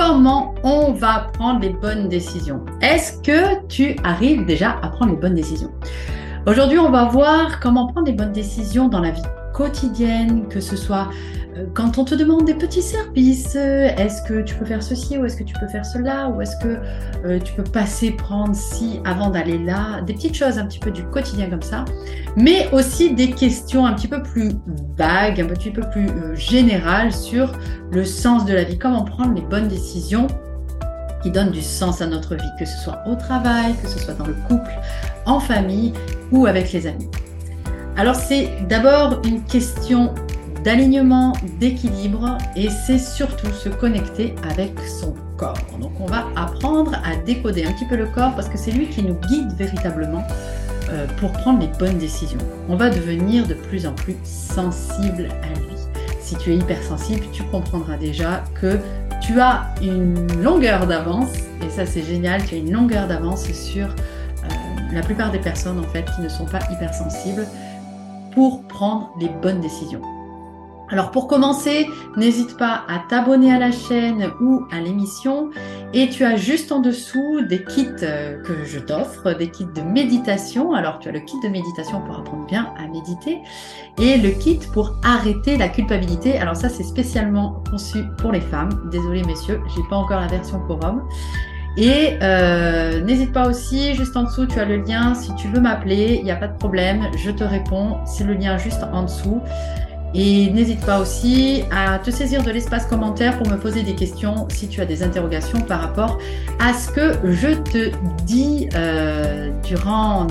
comment on va prendre les bonnes décisions? Est-ce que tu arrives déjà à prendre les bonnes décisions? Aujourd'hui, on va voir comment prendre les bonnes décisions dans la vie quotidienne, que ce soit quand on te demande des petits services, est-ce que tu peux faire ceci ou est-ce que tu peux faire cela ou est-ce que tu peux passer prendre ci avant d'aller là, des petites choses un petit peu du quotidien comme ça, mais aussi des questions un petit peu plus vagues, un petit peu plus générales sur le sens de la vie, comment prendre les bonnes décisions qui donnent du sens à notre vie, que ce soit au travail, que ce soit dans le couple, en famille ou avec les amis. Alors c'est d'abord une question d'alignement, d'équilibre et c'est surtout se connecter avec son corps. Donc on va apprendre à décoder un petit peu le corps parce que c'est lui qui nous guide véritablement pour prendre les bonnes décisions. On va devenir de plus en plus sensible à lui. Si tu es hypersensible, tu comprendras déjà que tu as une longueur d'avance, et ça c'est génial, tu as une longueur d'avance sur la plupart des personnes en fait qui ne sont pas hypersensibles pour prendre les bonnes décisions. Alors pour commencer, n'hésite pas à t'abonner à la chaîne ou à l'émission et tu as juste en dessous des kits que je t'offre, des kits de méditation. Alors tu as le kit de méditation pour apprendre bien à méditer et le kit pour arrêter la culpabilité. Alors ça c'est spécialement conçu pour les femmes. Désolée messieurs, j'ai pas encore la version pour hommes. Et n'hésite pas aussi, juste en dessous, tu as le lien. Si tu veux m'appeler, il n'y a pas de problème, je te réponds. C'est le lien juste en dessous. Et n'hésite pas aussi à te saisir de l'espace commentaire pour me poser des questions si tu as des interrogations par rapport à ce que je te dis durant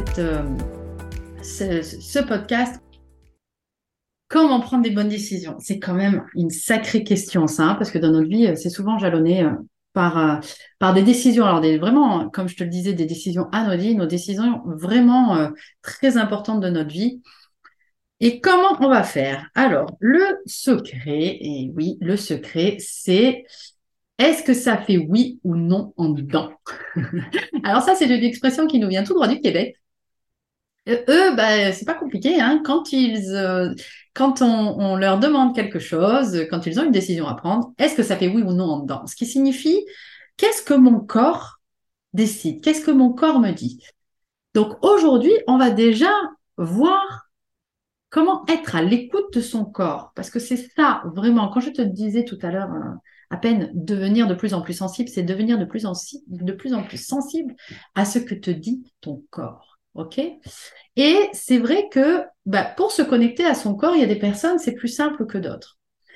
ce podcast. Comment prendre des bonnes décisions? C'est quand même une sacrée question, ça, hein, parce que dans notre vie, c'est souvent jalonné par des décisions. Alors, vraiment, comme je te le disais, des décisions anodines, aux décisions vraiment très importantes de notre vie. Et comment on va faire? Alors, le secret, et oui, le secret, c'est est-ce que ça fait oui ou non en dedans? Alors ça, c'est une expression qui nous vient tout droit du Québec. Eux, c'est pas compliqué, hein. Quand on leur demande quelque chose, quand ils ont une décision à prendre, est-ce que ça fait oui ou non en dedans? Ce qui signifie, qu'est-ce que mon corps décide? Qu'est-ce que mon corps me dit? Donc aujourd'hui, on va déjà voir comment être à l'écoute de son corps? Parce que c'est ça, vraiment, quand je te disais tout à l'heure, à peine devenir de plus en plus sensible, c'est devenir de plus en plus sensible à ce que te dit ton corps. OK? Et c'est vrai que pour se connecter à son corps, il y a des personnes, c'est plus simple que d'autres.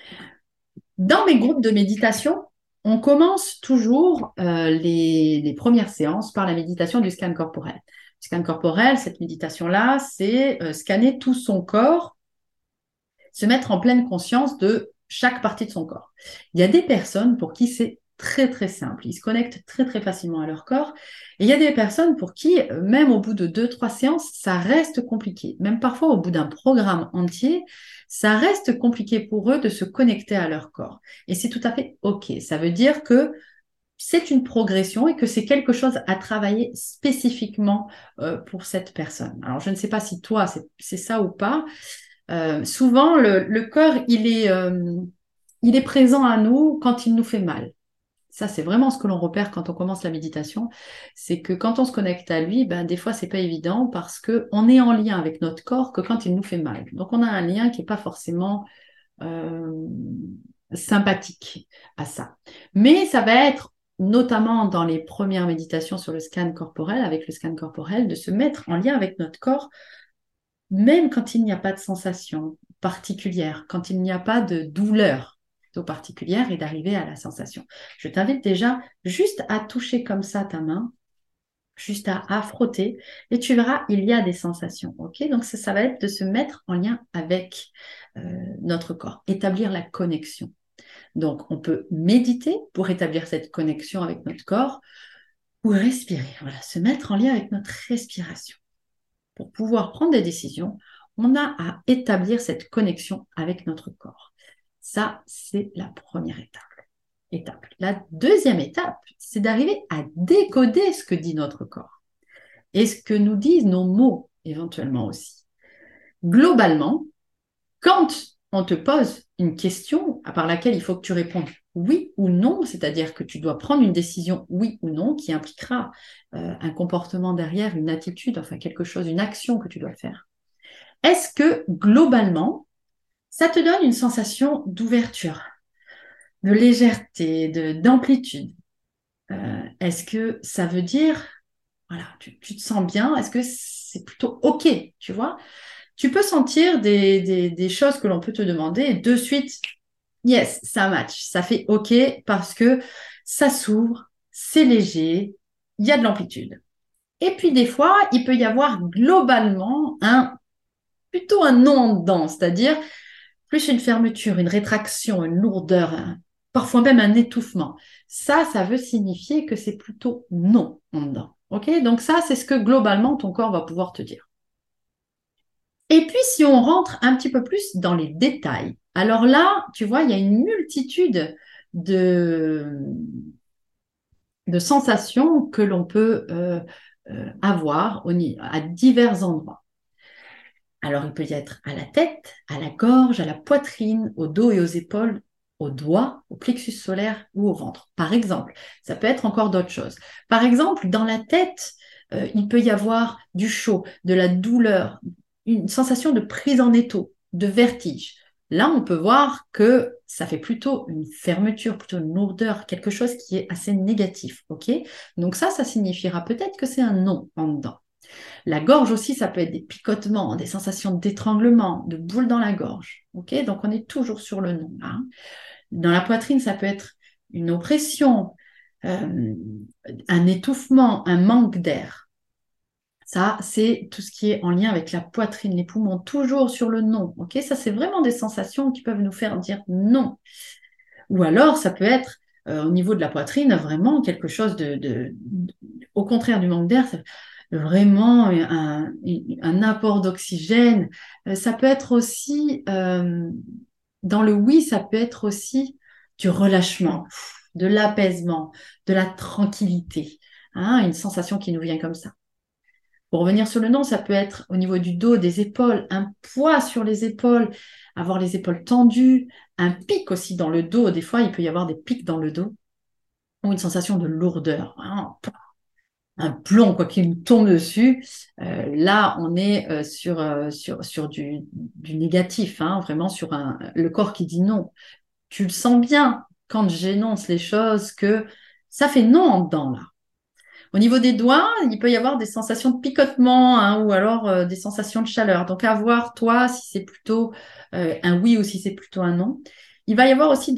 Dans mes groupes de méditation, on commence toujours les premières séances par la méditation du scan corporel. Scan corporel, cette méditation-là, c'est scanner tout son corps, se mettre en pleine conscience de chaque partie de son corps. Il y a des personnes pour qui c'est très très simple, ils se connectent très très facilement à leur corps, et il y a des personnes pour qui, même au bout de 2-3 séances, ça reste compliqué. Même parfois au bout d'un programme entier, ça reste compliqué pour eux de se connecter à leur corps. Et c'est tout à fait OK. Ça veut dire que c'est une progression et que c'est quelque chose à travailler spécifiquement pour cette personne. Alors, je ne sais pas si toi, c'est ça ou pas. Souvent, le corps, il est présent à nous quand il nous fait mal. Ça, c'est vraiment ce que l'on repère quand on commence la méditation. C'est que quand on se connecte à lui, des fois, c'est pas évident parce qu'on est en lien avec notre corps que quand il nous fait mal. Donc, on a un lien qui n'est pas forcément sympathique à ça. Mais ça va être notamment dans les premières méditations sur le scan corporel, avec le scan corporel, de se mettre en lien avec notre corps, même quand il n'y a pas de sensation particulière, quand il n'y a pas de douleur plutôt particulière et d'arriver à la sensation. Je t'invite déjà juste à toucher comme ça ta main, juste à frotter et tu verras, il y a des sensations. Ok, donc ça va être de se mettre en lien avec notre corps, établir la connexion. Donc, on peut méditer pour établir cette connexion avec notre corps ou respirer. Voilà, se mettre en lien avec notre respiration. Pour pouvoir prendre des décisions, on a à établir cette connexion avec notre corps. Ça, c'est la première étape. La deuxième étape, c'est d'arriver à décoder ce que dit notre corps et ce que nous disent nos mots éventuellement aussi. Globalement, quand on te pose une question par laquelle il faut que tu répondes oui ou non, c'est-à-dire que tu dois prendre une décision oui ou non qui impliquera un comportement derrière, une attitude, enfin quelque chose, une action que tu dois faire. Est-ce que globalement, ça te donne une sensation d'ouverture, de légèreté, d'amplitude? Est-ce que ça veut dire, voilà, tu te sens bien? Est-ce que c'est plutôt OK, tu vois? Tu peux sentir des choses que l'on peut te demander et de suite, yes, ça match, ça fait OK parce que ça s'ouvre, c'est léger, il y a de l'amplitude. Et puis des fois, il peut y avoir globalement plutôt un non en dedans, c'est-à-dire plus une fermeture, une rétraction, une lourdeur, parfois même un étouffement. Ça veut signifier que c'est plutôt non en dedans. OK? Donc ça, c'est ce que globalement ton corps va pouvoir te dire. Et puis, si on rentre un petit peu plus dans les détails, alors là, tu vois, il y a une multitude de, de sensations que l'on peut avoir à divers endroits. Alors, il peut y être à la tête, à la gorge, à la poitrine, au dos et aux épaules, aux doigts, au plexus solaire ou au ventre. Par exemple, ça peut être encore d'autres choses. Par exemple, dans la tête, il peut y avoir du chaud, de la douleur, une sensation de prise en étau, de vertige. Là, on peut voir que ça fait plutôt une fermeture, plutôt une lourdeur, quelque chose qui est assez négatif. OK? Donc ça signifiera peut-être que c'est un non en dedans. La gorge aussi, ça peut être des picotements, des sensations d'étranglement, de boules dans la gorge. Ok, donc on est toujours sur le non. Hein. Dans la poitrine, ça peut être une oppression, euh, un étouffement, un manque d'air. Ça, c'est tout ce qui est en lien avec la poitrine, les poumons, toujours sur le non. Ok, ça, c'est vraiment des sensations qui peuvent nous faire dire non. Ou alors, ça peut être au niveau de la poitrine, vraiment quelque chose au contraire du manque d'air, vraiment un apport d'oxygène. Ça peut être aussi, dans le oui, ça peut être aussi du relâchement, de l'apaisement, de la tranquillité, hein, une sensation qui nous vient comme ça. Pour revenir sur le non, ça peut être au niveau du dos, des épaules, un poids sur les épaules, avoir les épaules tendues, un pic aussi dans le dos. Des fois, il peut y avoir des pics dans le dos ou une sensation de lourdeur, hein, un plomb quoi qui nous tombe dessus. Là, on est sur du négatif, hein, vraiment sur le corps qui dit non. Tu le sens bien quand j'énonce les choses que ça fait non en dedans là. Au niveau des doigts, il peut y avoir des sensations de picotement hein, ou alors des sensations de chaleur. Donc, à voir, toi, si c'est plutôt un oui ou si c'est plutôt un non. Il va y avoir aussi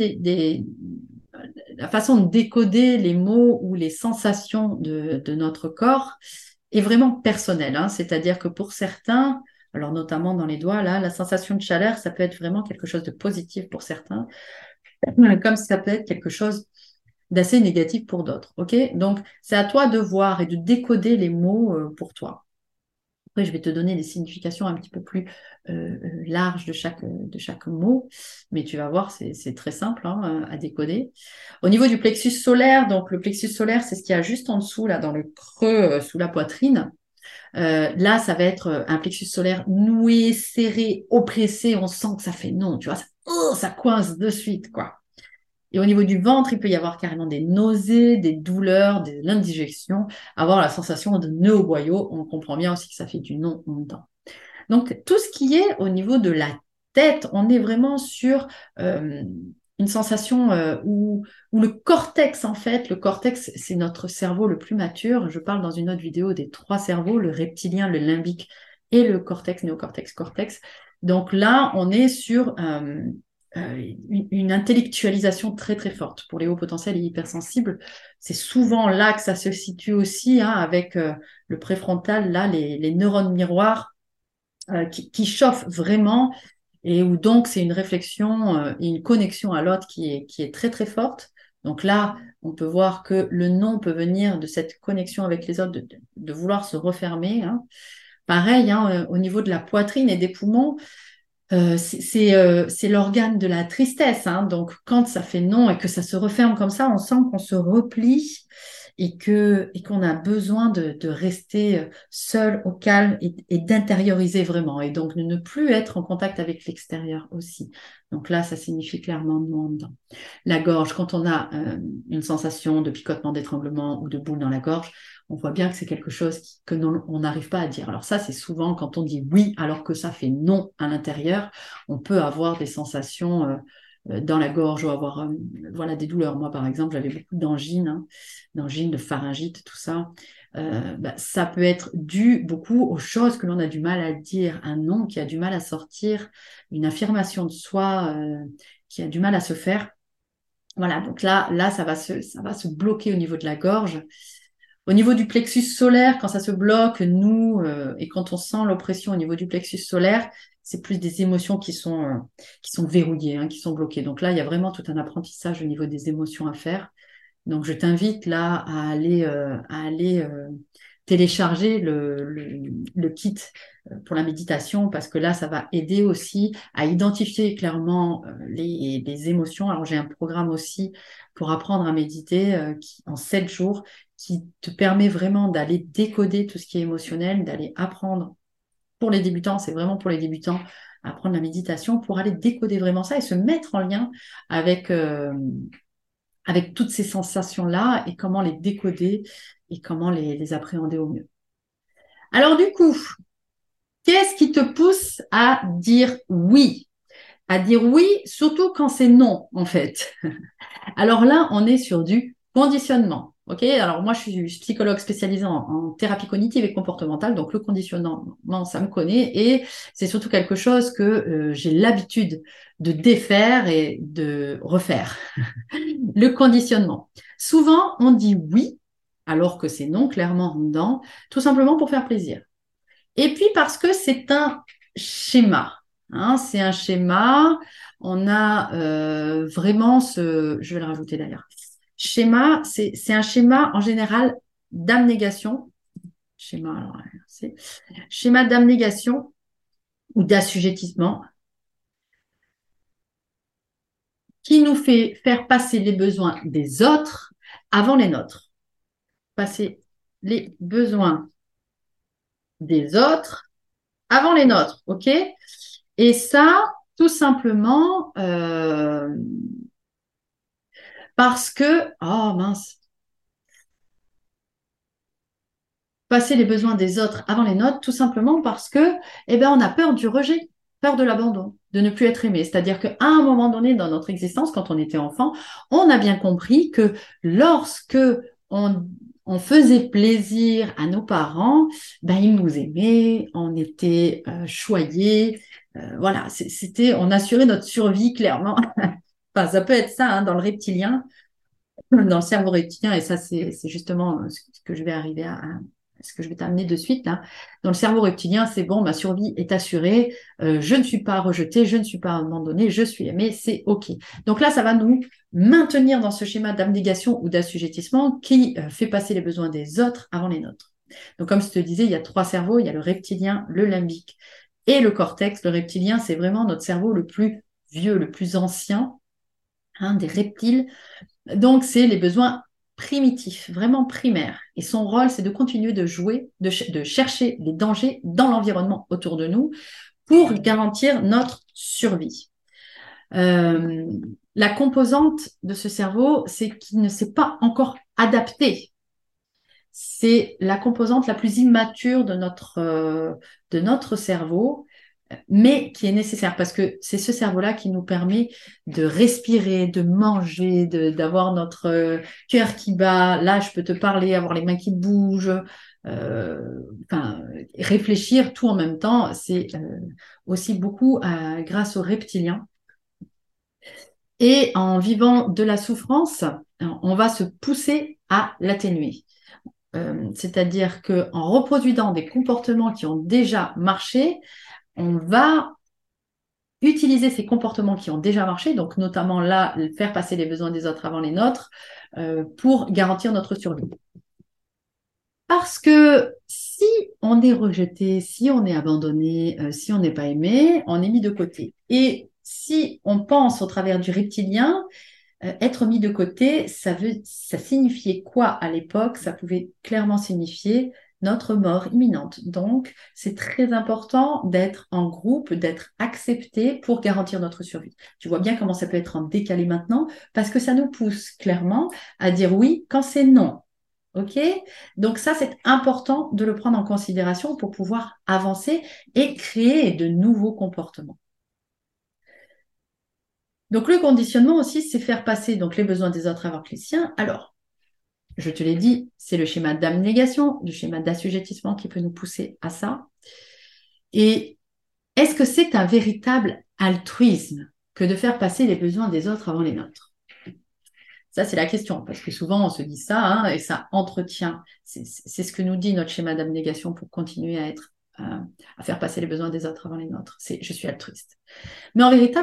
la façon de décoder les mots ou les sensations de notre corps est vraiment personnelle. Hein. C'est-à-dire que pour certains, alors notamment dans les doigts, là, la sensation de chaleur, ça peut être vraiment quelque chose de positif pour certains, comme ça peut être quelque chose d'assez négatif pour d'autres. OK? Donc, c'est à toi de voir et de décoder les mots pour toi. Après, je vais te donner des significations un petit peu plus larges de chaque mot, mais tu vas voir, c'est très simple hein, à décoder. Au niveau du plexus solaire, donc le plexus solaire, c'est ce qu'il y a juste en dessous, là, dans le creux sous la poitrine. Là, ça va être un plexus solaire noué, serré, oppressé. On sent que ça fait non, tu vois, ça coince de suite, quoi. Et au niveau du ventre, il peut y avoir carrément des nausées, des douleurs, de l'indigestion, avoir la sensation de nœud au boyau. On comprend bien aussi que ça fait du non en dedans. Donc, tout ce qui est au niveau de la tête, on est vraiment sur une sensation où le cortex, en fait, le cortex, c'est notre cerveau le plus mature. Je parle dans une autre vidéo des trois cerveaux, le reptilien, le limbique et le cortex, néocortex, cortex. Donc là, on est sur une intellectualisation très très forte. Pour les hauts potentiels et hypersensibles, c'est souvent là que ça se situe aussi, hein, avec le préfrontal, là, les neurones miroirs qui chauffent vraiment et où donc c'est une réflexion et une connexion à l'autre qui est très très forte. Donc là, on peut voir que le non peut venir de cette connexion avec les autres, de vouloir se refermer. Hein. Pareil, hein, au niveau de la poitrine et des poumons, c'est l'organe de la tristesse. Hein. Donc, quand ça fait non et que ça se referme comme ça, on sent qu'on se replie et qu'on a besoin de rester seul au calme et d'intérioriser vraiment et donc de ne plus être en contact avec l'extérieur aussi. Donc là, ça signifie clairement nous en dedans. La gorge, quand on a une sensation de picotement, d'étranglement ou de boule dans la gorge, on voit bien que c'est quelque chose que on n'arrive pas à dire. Alors ça, c'est souvent quand on dit oui alors que ça fait non à l'intérieur, on peut avoir des sensations dans la gorge ou avoir voilà, des douleurs. Moi, par exemple, j'avais beaucoup d'angines, d'angines, de pharyngite, tout ça. Ça peut être dû beaucoup aux choses que l'on a du mal à dire, un non qui a du mal à sortir, une affirmation de soi qui a du mal à se faire. Voilà, donc là ça va se bloquer au niveau de la gorge. Au niveau du plexus solaire, quand ça se bloque, et quand on sent l'oppression au niveau du plexus solaire, c'est plus des émotions qui sont verrouillées, qui sont bloquées. Donc là, il y a vraiment tout un apprentissage au niveau des émotions à faire. Donc je t'invite là à aller télécharger le kit pour la méditation parce que là, ça va aider aussi à identifier clairement les émotions. Alors j'ai un programme aussi pour apprendre à méditer en 7 jours qui te permet vraiment d'aller décoder tout ce qui est émotionnel, d'aller apprendre pour les débutants, c'est vraiment pour les débutants, apprendre la méditation pour aller décoder vraiment ça et se mettre en lien avec, avec toutes ces sensations-là et comment les décoder et comment les appréhender au mieux. Alors du coup, qu'est-ce qui te pousse à dire oui? À dire oui, surtout quand c'est non, en fait. Alors là, on est sur du conditionnement. Ok, alors moi je suis psychologue spécialisée en thérapie cognitive et comportementale, donc le conditionnement, ça me connaît et c'est surtout quelque chose que j'ai l'habitude de défaire et de refaire. Le conditionnement. Souvent, on dit oui, alors que c'est non, clairement en dedans, tout simplement pour faire plaisir. Et puis parce que c'est un schéma. C'est un schéma. On a vraiment ce... Je vais le rajouter d'ailleurs. Schéma, c'est un schéma en général d'abnégation. Schéma, alors, c'est schéma d'abnégation ou d'assujettissement qui nous fait faire passer les besoins des autres avant les nôtres. Passer les besoins des autres avant les nôtres, ok? Et ça, tout simplement parce que, oh mince, passer les besoins des autres avant les nôtres, tout simplement parce que, on a peur du rejet, peur de l'abandon, de ne plus être aimé. C'est-à-dire qu'à un moment donné dans notre existence, quand on était enfant, on a bien compris que lorsque on, on faisait plaisir à nos parents, ils nous aimaient, on était choyés, voilà, on assurait notre survie clairement. Enfin, ça peut être ça dans le reptilien, dans le cerveau reptilien, et ça, c'est justement ce que je vais arriver ce que je vais t'amener de suite là. Dans le cerveau reptilien, c'est bon, ma survie est assurée, je ne suis pas rejetée, je ne suis pas abandonnée, je suis aimée, c'est OK. Donc là, ça va nous maintenir dans ce schéma d'abnégation ou d'assujettissement qui fait passer les besoins des autres avant les nôtres. Donc comme je te disais, il y a 3 cerveaux, il y a le reptilien, le limbique et le cortex. Le reptilien, c'est vraiment notre cerveau le plus vieux, le plus ancien, des reptiles. Donc, c'est les besoins primitifs, vraiment primaires. Et son rôle, c'est de continuer de jouer, de chercher les dangers dans l'environnement autour de nous pour garantir notre survie. La composante de ce cerveau, c'est qu'il ne s'est pas encore adapté. C'est la composante la plus immature de notre cerveau, mais qui est nécessaire parce que c'est ce cerveau-là qui nous permet de respirer, de manger, d'avoir notre cœur qui bat. Là, je peux te parler, avoir les mains qui bougent, réfléchir tout en même temps. C'est aussi beaucoup grâce aux reptiliens. Et en vivant de la souffrance, on va se pousser à l'atténuer. C'est-à-dire qu'en reproduisant des comportements qui ont déjà marché, on va utiliser ces comportements qui ont déjà marché, donc notamment là, faire passer les besoins des autres avant les nôtres, pour garantir notre survie. Parce que si on est rejeté, si on est abandonné, si on n'est pas aimé, on est mis de côté. Et si on pense au travers du reptilien, être mis de côté, ça signifiait quoi à l'époque? Ça pouvait clairement signifier notre mort imminente. Donc, c'est très important d'être en groupe, d'être accepté pour garantir notre survie. Tu vois bien comment ça peut être en décalé maintenant, parce que ça nous pousse clairement à dire oui quand c'est non. OK? Donc ça, c'est important de le prendre en considération pour pouvoir avancer et créer de nouveaux comportements. Donc le conditionnement aussi, c'est faire passer donc les besoins des autres avant que les siens. Alors, je te l'ai dit, c'est le schéma d'abnégation, le schéma d'assujettissement qui peut nous pousser à ça. Et est-ce que c'est un véritable altruisme que de faire passer les besoins des autres avant les nôtres? Ça, c'est la question, parce que souvent on se dit ça, hein, et ça entretient. C'est ce que nous dit notre schéma d'abnégation pour continuer à faire passer les besoins des autres avant les nôtres. C'est je suis altruiste. Mais en vérité,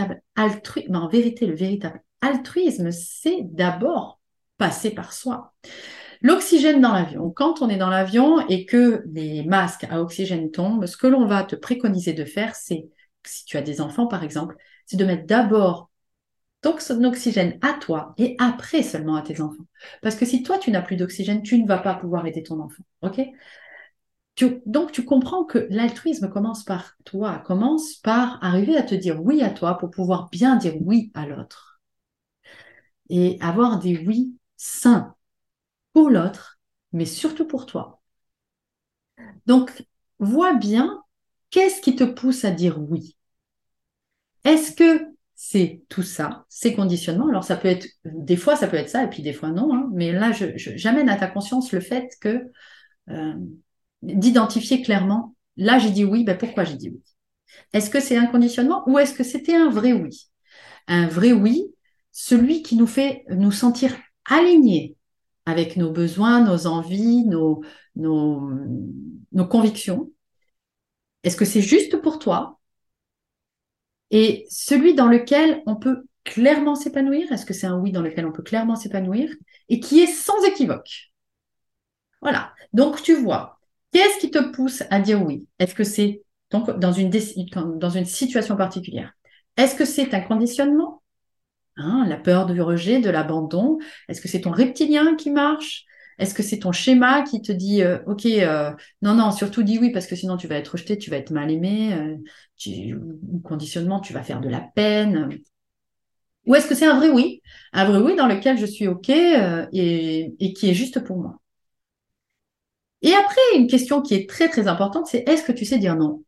le véritable altruisme, c'est d'abord passer par soi. L'oxygène dans l'avion. Quand on est dans l'avion et que les masques à oxygène tombent, ce que l'on va te préconiser de faire, c'est, si tu as des enfants par exemple, c'est de mettre d'abord ton oxygène à toi et après seulement à tes enfants. Parce que si toi, tu n'as plus d'oxygène, tu ne vas pas pouvoir aider ton enfant. OK? Donc, tu comprends que l'altruisme commence par toi, commence par arriver à te dire oui à toi pour pouvoir bien dire oui à l'autre. Et avoir des oui sains pour l'autre, mais surtout pour toi. Donc, vois bien qu'est-ce qui te pousse à dire oui. Est-ce que c'est tout ça, ces conditionnements? Alors, ça peut être, des fois, ça peut être ça, et puis des fois non, hein, mais là, j'amène à ta conscience le fait que euh, d'identifier clairement, là, j'ai dit oui, ben pourquoi j'ai dit oui? Est-ce que c'est un conditionnement ou est-ce que c'était un vrai oui? Un vrai oui, celui qui nous fait nous sentir alignés avec nos besoins, nos envies, nos, nos convictions. Est-ce que c'est juste pour toi? Et celui dans lequel on peut clairement s'épanouir, est-ce que c'est un oui dans lequel on peut clairement s'épanouir et qui est sans équivoque? Voilà. Donc, tu vois, qu'est-ce qui te pousse à dire oui? Est-ce que c'est donc dans une situation particulière? Est-ce que c'est un conditionnement? Hein, la peur du rejet, de l'abandon? Est-ce que c'est ton reptilien qui marche? Est-ce que c'est ton schéma qui te dit, OK, non, non, surtout dis oui, parce que sinon tu vas être rejeté, tu vas être mal aimé, ou conditionnement, tu vas faire de la peine. Ou est-ce que c'est un vrai oui? Un vrai oui dans lequel je suis OK et qui est juste pour moi. Et après, une question qui est très, très importante, c'est est-ce que tu sais dire non?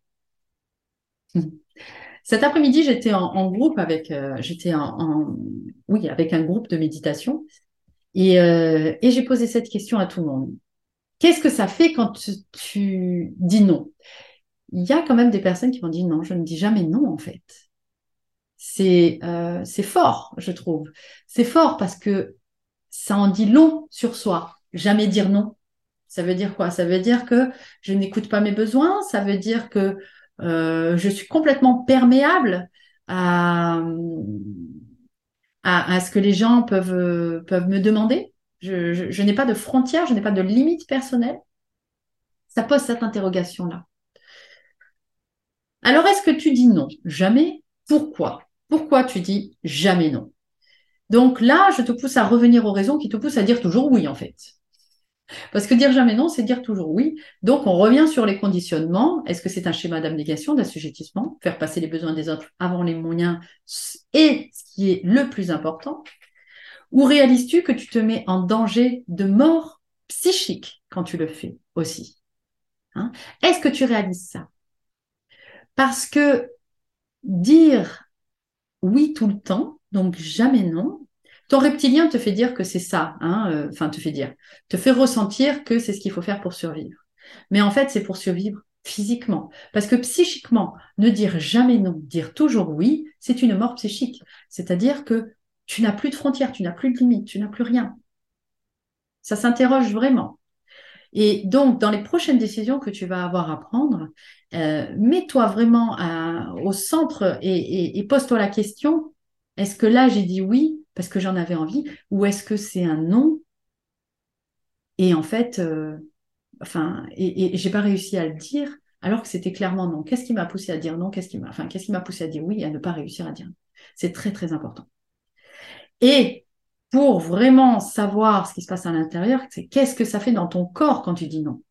Cet après-midi, j'étais en groupe oui, avec un groupe de méditation et j'ai posé cette question à tout le monde. Qu'est-ce que ça fait quand tu dis non? Il y a quand même des personnes qui m'ont dit non, je ne dis jamais non en fait. C'est fort, je trouve. C'est fort parce que ça en dit long sur soi. Jamais dire non. Ça veut dire quoi? Ça veut dire que je n'écoute pas mes besoins. Ça veut dire que je suis complètement perméable à, à ce que les gens peuvent me demander. Je n'ai pas de frontières, je n'ai pas de limites personnelles. Ça pose cette interrogation-là. Alors, est-ce que tu dis non? Jamais. Pourquoi? Pourquoi tu dis jamais non? Donc là, je te pousse à revenir aux raisons qui te poussent à dire toujours oui, en fait. Parce que dire jamais non, c'est dire toujours oui. Donc, on revient sur les conditionnements. Est-ce que c'est un schéma d'abnégation, d'assujettissement, faire passer les besoins des autres avant les moyens et ce qui est le plus important? Ou réalises-tu que tu te mets en danger de mort psychique quand tu le fais aussi? Hein? Est-ce que tu réalises ça? Parce que dire oui tout le temps, donc jamais non, ton reptilien te fait dire que c'est ça, hein, enfin te fait ressentir que c'est ce qu'il faut faire pour survivre. Mais en fait, c'est pour survivre physiquement. Parce que psychiquement, ne dire jamais non, dire toujours oui, c'est une mort psychique. C'est-à-dire que tu n'as plus de frontières, tu n'as plus de limites, tu n'as plus rien. Ça s'interroge vraiment. Et donc, dans les prochaines décisions que tu vas avoir à prendre, mets-toi vraiment au centre et pose-toi la question, est-ce que là, j'ai dit oui parce que j'en avais envie ou est-ce que c'est un non et en fait, et j'ai pas réussi à le dire alors que c'était clairement non. Qu'est-ce qui m'a poussé à dire non? Qu'est-ce qui m'a poussé à dire oui et à ne pas réussir à dire non? C'est très, très important. Et pour vraiment savoir ce qui se passe à l'intérieur, c'est qu'est-ce que ça fait dans ton corps quand tu dis non?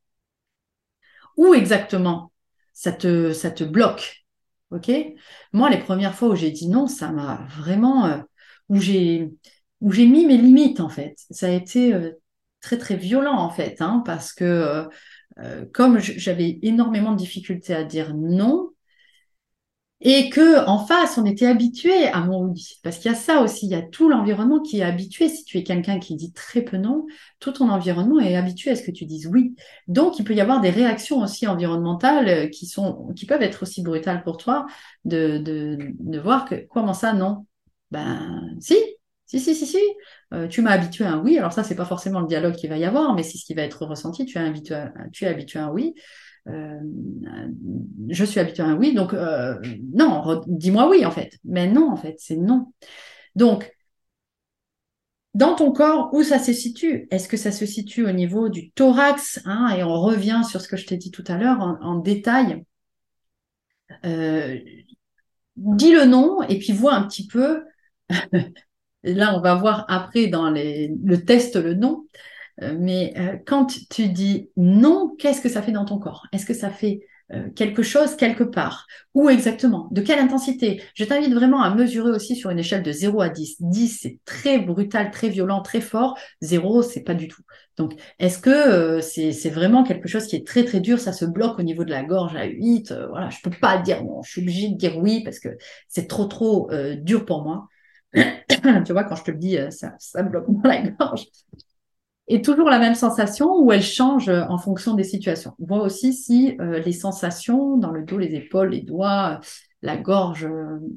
Où exactement ça te bloque? Ok? Moi, les premières fois où j'ai dit non, ça m'a vraiment où j'ai où j'ai mis mes limites en fait. Ça a été très très violent en fait, hein, parce que comme j'avais énormément de difficultés à dire non, et que en face, on était habitué à mon oui. Parce qu'il y a ça aussi, il y a tout l'environnement qui est habitué. Si tu es quelqu'un qui dit très peu non, tout ton environnement est habitué à ce que tu dises oui. Donc, il peut y avoir des réactions aussi environnementales qui peuvent être aussi brutales pour toi de voir que comment ça, non? Ben, si. Tu m'as habitué à un oui. Alors ça, c'est pas forcément le dialogue qu'il va y avoir, mais c'est ce qui va être ressenti. Tu es habitué à un oui. Euh, je suis habituée à un oui, donc non, dis-moi oui en fait. Mais non, en fait, c'est non. Donc, dans ton corps, où ça se situe? Est-ce que ça se situe au niveau du thorax, hein, et on revient sur ce que je t'ai dit tout à l'heure en détail. Euh, Dis le nom et puis vois un petit peu. Là, on va voir après dans le test le nom. Mais quand tu dis non, qu'est-ce que ça fait dans ton corps? Est-ce que ça fait quelque chose quelque part? Où exactement? De quelle intensité? Je t'invite vraiment à mesurer aussi sur une échelle de 0 à 10. 10, c'est très brutal, très violent, très fort. 0, c'est pas du tout. Donc, est-ce que c'est vraiment quelque chose qui est très, très dur? Ça se bloque au niveau de la gorge à 8. Voilà, je peux pas dire non. Je suis obligée de dire oui parce que c'est trop, trop dur pour moi. Tu vois, quand je te le dis, ça bloque dans la gorge. Et toujours la même sensation ou elle change en fonction des situations. On voit aussi si les sensations dans le dos, les épaules, les doigts, la gorge,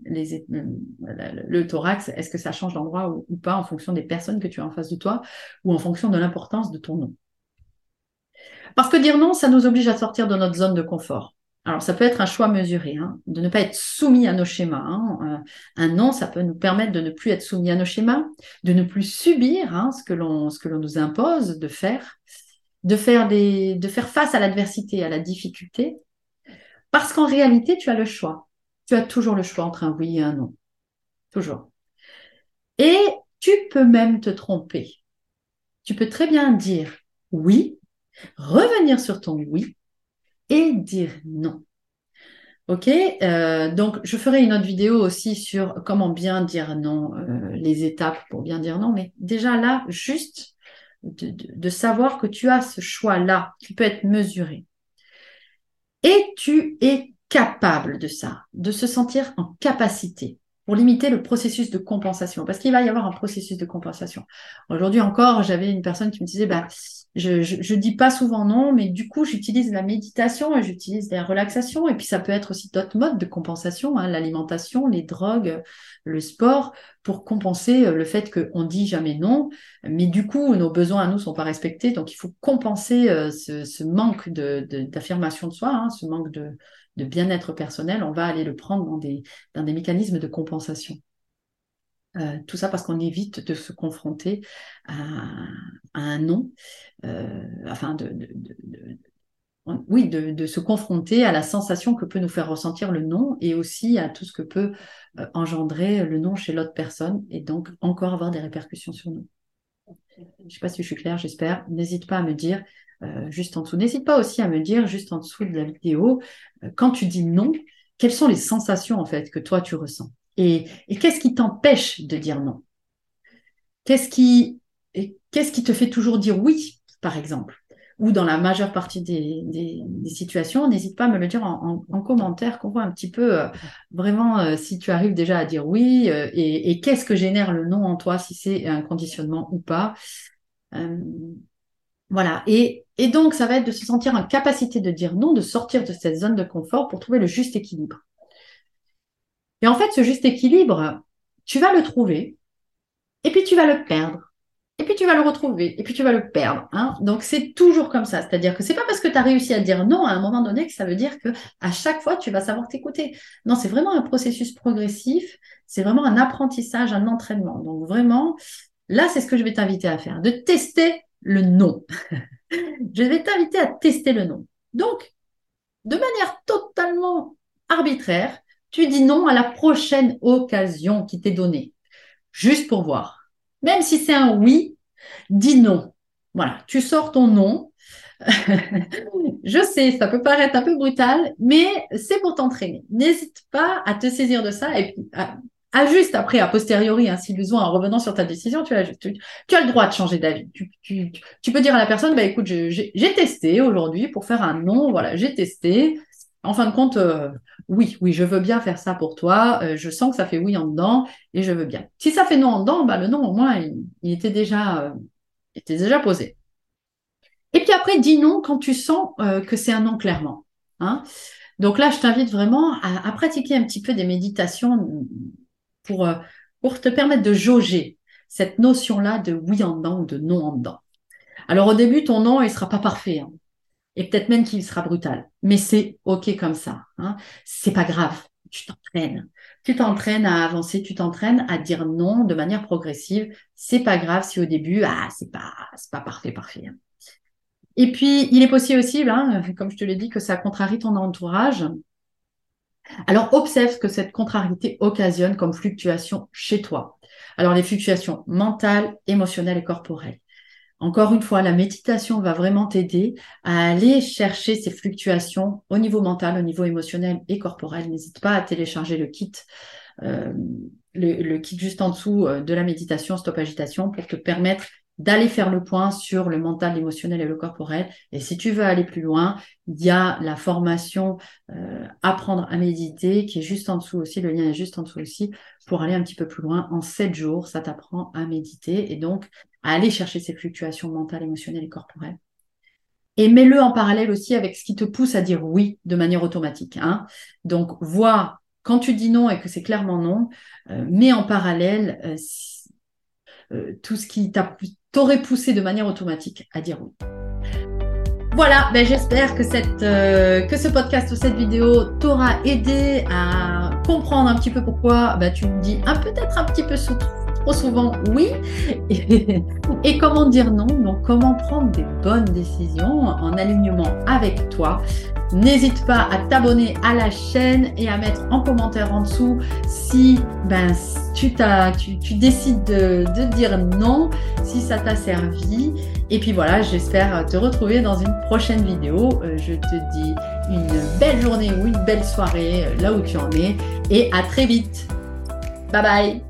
le thorax, est-ce que ça change d'endroit ou pas en fonction des personnes que tu as en face de toi ou en fonction de l'importance de ton nom. Parce que dire non, ça nous oblige à sortir de notre zone de confort. Alors, ça peut être un choix mesuré, hein, de ne pas être soumis à nos schémas, hein. Un non, ça peut nous permettre de ne plus être soumis à nos schémas, de ne plus subir, hein, ce que l'on nous impose de faire face à l'adversité, à la difficulté. Parce qu'en réalité, tu as le choix. Tu as toujours le choix entre un oui et un non. Toujours. Et tu peux même te tromper. Tu peux très bien dire oui, revenir sur ton oui et dire non. Ok, donc je ferai une autre vidéo aussi sur comment bien dire non, les étapes pour bien dire non, mais déjà là, juste de savoir que tu as ce choix-là qui peut être mesuré. Et tu es capable de ça, de se sentir en capacité pour limiter le processus de compensation, parce qu'il va y avoir un processus de compensation. Aujourd'hui encore, j'avais une personne qui me disait, bah, je dis pas souvent non, mais du coup, j'utilise la méditation et j'utilise la relaxation, et puis ça peut être aussi d'autres modes de compensation, hein, l'alimentation, les drogues, le sport, pour compenser le fait qu'on dit jamais non, mais du coup, nos besoins à nous sont pas respectés, donc il faut compenser ce manque d'affirmation de soi, hein, ce manque de bien-être personnel. On va aller le prendre dans des mécanismes de compensation. Tout ça parce qu'on évite de se confronter à, à un non, afin oui, de se confronter à la sensation que peut nous faire ressentir le non et aussi à tout ce que peut engendrer le non chez l'autre personne et donc encore avoir des répercussions sur nous. Je ne sais pas si je suis claire, j'espère. N'hésite pas à me dire juste en dessous. N'hésite pas aussi à me dire juste en dessous de la vidéo, quand tu dis non, quelles sont les sensations en fait que toi tu ressens et qu'est-ce qui t'empêche de dire non? Qu'est-ce qui, qu'est-ce qui te fait toujours dire oui, par exemple? Ou dans la majeure partie des situations, n'hésite pas à me le dire en commentaire, qu'on voit un petit peu vraiment si tu arrives déjà à dire oui et qu'est-ce que génère le non en toi, si c'est un conditionnement ou pas. Euh, voilà. Et donc, ça va être de se sentir en capacité de dire non, de sortir de cette zone de confort pour trouver le juste équilibre. Et en fait, ce juste équilibre, tu vas le trouver et puis tu vas le perdre. Et puis tu vas le retrouver, et puis tu vas le perdre, hein. Donc c'est toujours comme ça. C'est-à-dire que c'est pas parce que tu as réussi à dire non à un moment donné que ça veut dire que à chaque fois tu vas savoir t'écouter. Non, c'est vraiment un processus progressif, c'est vraiment un apprentissage, un entraînement. Donc vraiment, là, c'est ce que je vais t'inviter à faire, de tester le non. Je vais t'inviter à tester le non. Donc, de manière totalement arbitraire, tu dis non à la prochaine occasion qui t'est donnée. juste pour voir. Même si c'est un oui, dis non. Voilà, tu sors ton non. Je sais, ça peut paraître un peu brutal, mais c'est pour t'entraîner. N'hésite pas à te saisir de ça et puis ajuste après, a posteriori, hein, si besoin, en revenant sur ta décision, tu as le droit de changer d'avis. Tu peux dire à la personne, bah, écoute, j'ai testé aujourd'hui pour faire un non, voilà, j'ai testé. En fin de compte, oui, je veux bien faire ça pour toi. Je sens que ça fait oui en dedans et je veux bien. Si ça fait non en dedans, bah, le non, au moins, il était déjà posé. Et puis après, dis non quand tu sens que c'est un non clairement. Hein. Donc là, je t'invite vraiment à pratiquer un petit peu des méditations pour, euh, pour te permettre de jauger cette notion-là de oui en dedans ou de non en dedans. Alors au début, ton non, il sera pas parfait. Hein. Et peut-être même qu'il sera brutal. Mais c'est OK comme ça. Hein. C'est pas grave. Tu t'entraînes. Tu t'entraînes à avancer, tu t'entraînes à dire non de manière progressive. C'est pas grave si au début, c'est pas parfait. Hein. Et puis, il est possible aussi, hein, comme je te l'ai dit, que ça contrarie ton entourage. Alors, observe ce que cette contrariété occasionne comme fluctuation chez toi. Alors, les fluctuations mentales, émotionnelles et corporelles. Encore une fois, la méditation va vraiment t'aider à aller chercher ces fluctuations au niveau mental, au niveau émotionnel et corporel. N'hésite pas à télécharger euh, le kit juste en dessous de la méditation Stop Agitation pour te permettre d'aller faire le point sur le mental, l'émotionnel et le corporel. Et si tu veux aller plus loin, il y a la formation Apprendre à méditer qui est juste en dessous aussi, le lien est juste en dessous aussi, pour aller un petit peu plus loin. En 7 jours, ça t'apprend à méditer et donc à aller chercher ces fluctuations mentales, émotionnelles et corporelles. Et mets-le en parallèle aussi avec ce qui te pousse à dire oui de manière automatique. Hein. Donc, vois quand tu dis non et que c'est clairement non, mets en parallèle tout ce qui t'aurait poussé de manière automatique à dire oui. Voilà, ben j'espère que que ce podcast ou cette vidéo t'aura aidé à comprendre un petit peu pourquoi tu me dis peut-être un petit peu trop souvent oui et comment dire non, donc comment prendre des bonnes décisions en alignement avec toi. N'hésite pas à t'abonner à la chaîne et à mettre en commentaire en dessous si tu décides de dire non, si ça t'a servi. Et puis voilà, j'espère te retrouver dans une prochaine vidéo. Je te dis une belle journée ou une belle soirée là où tu en es et à très vite. Bye bye.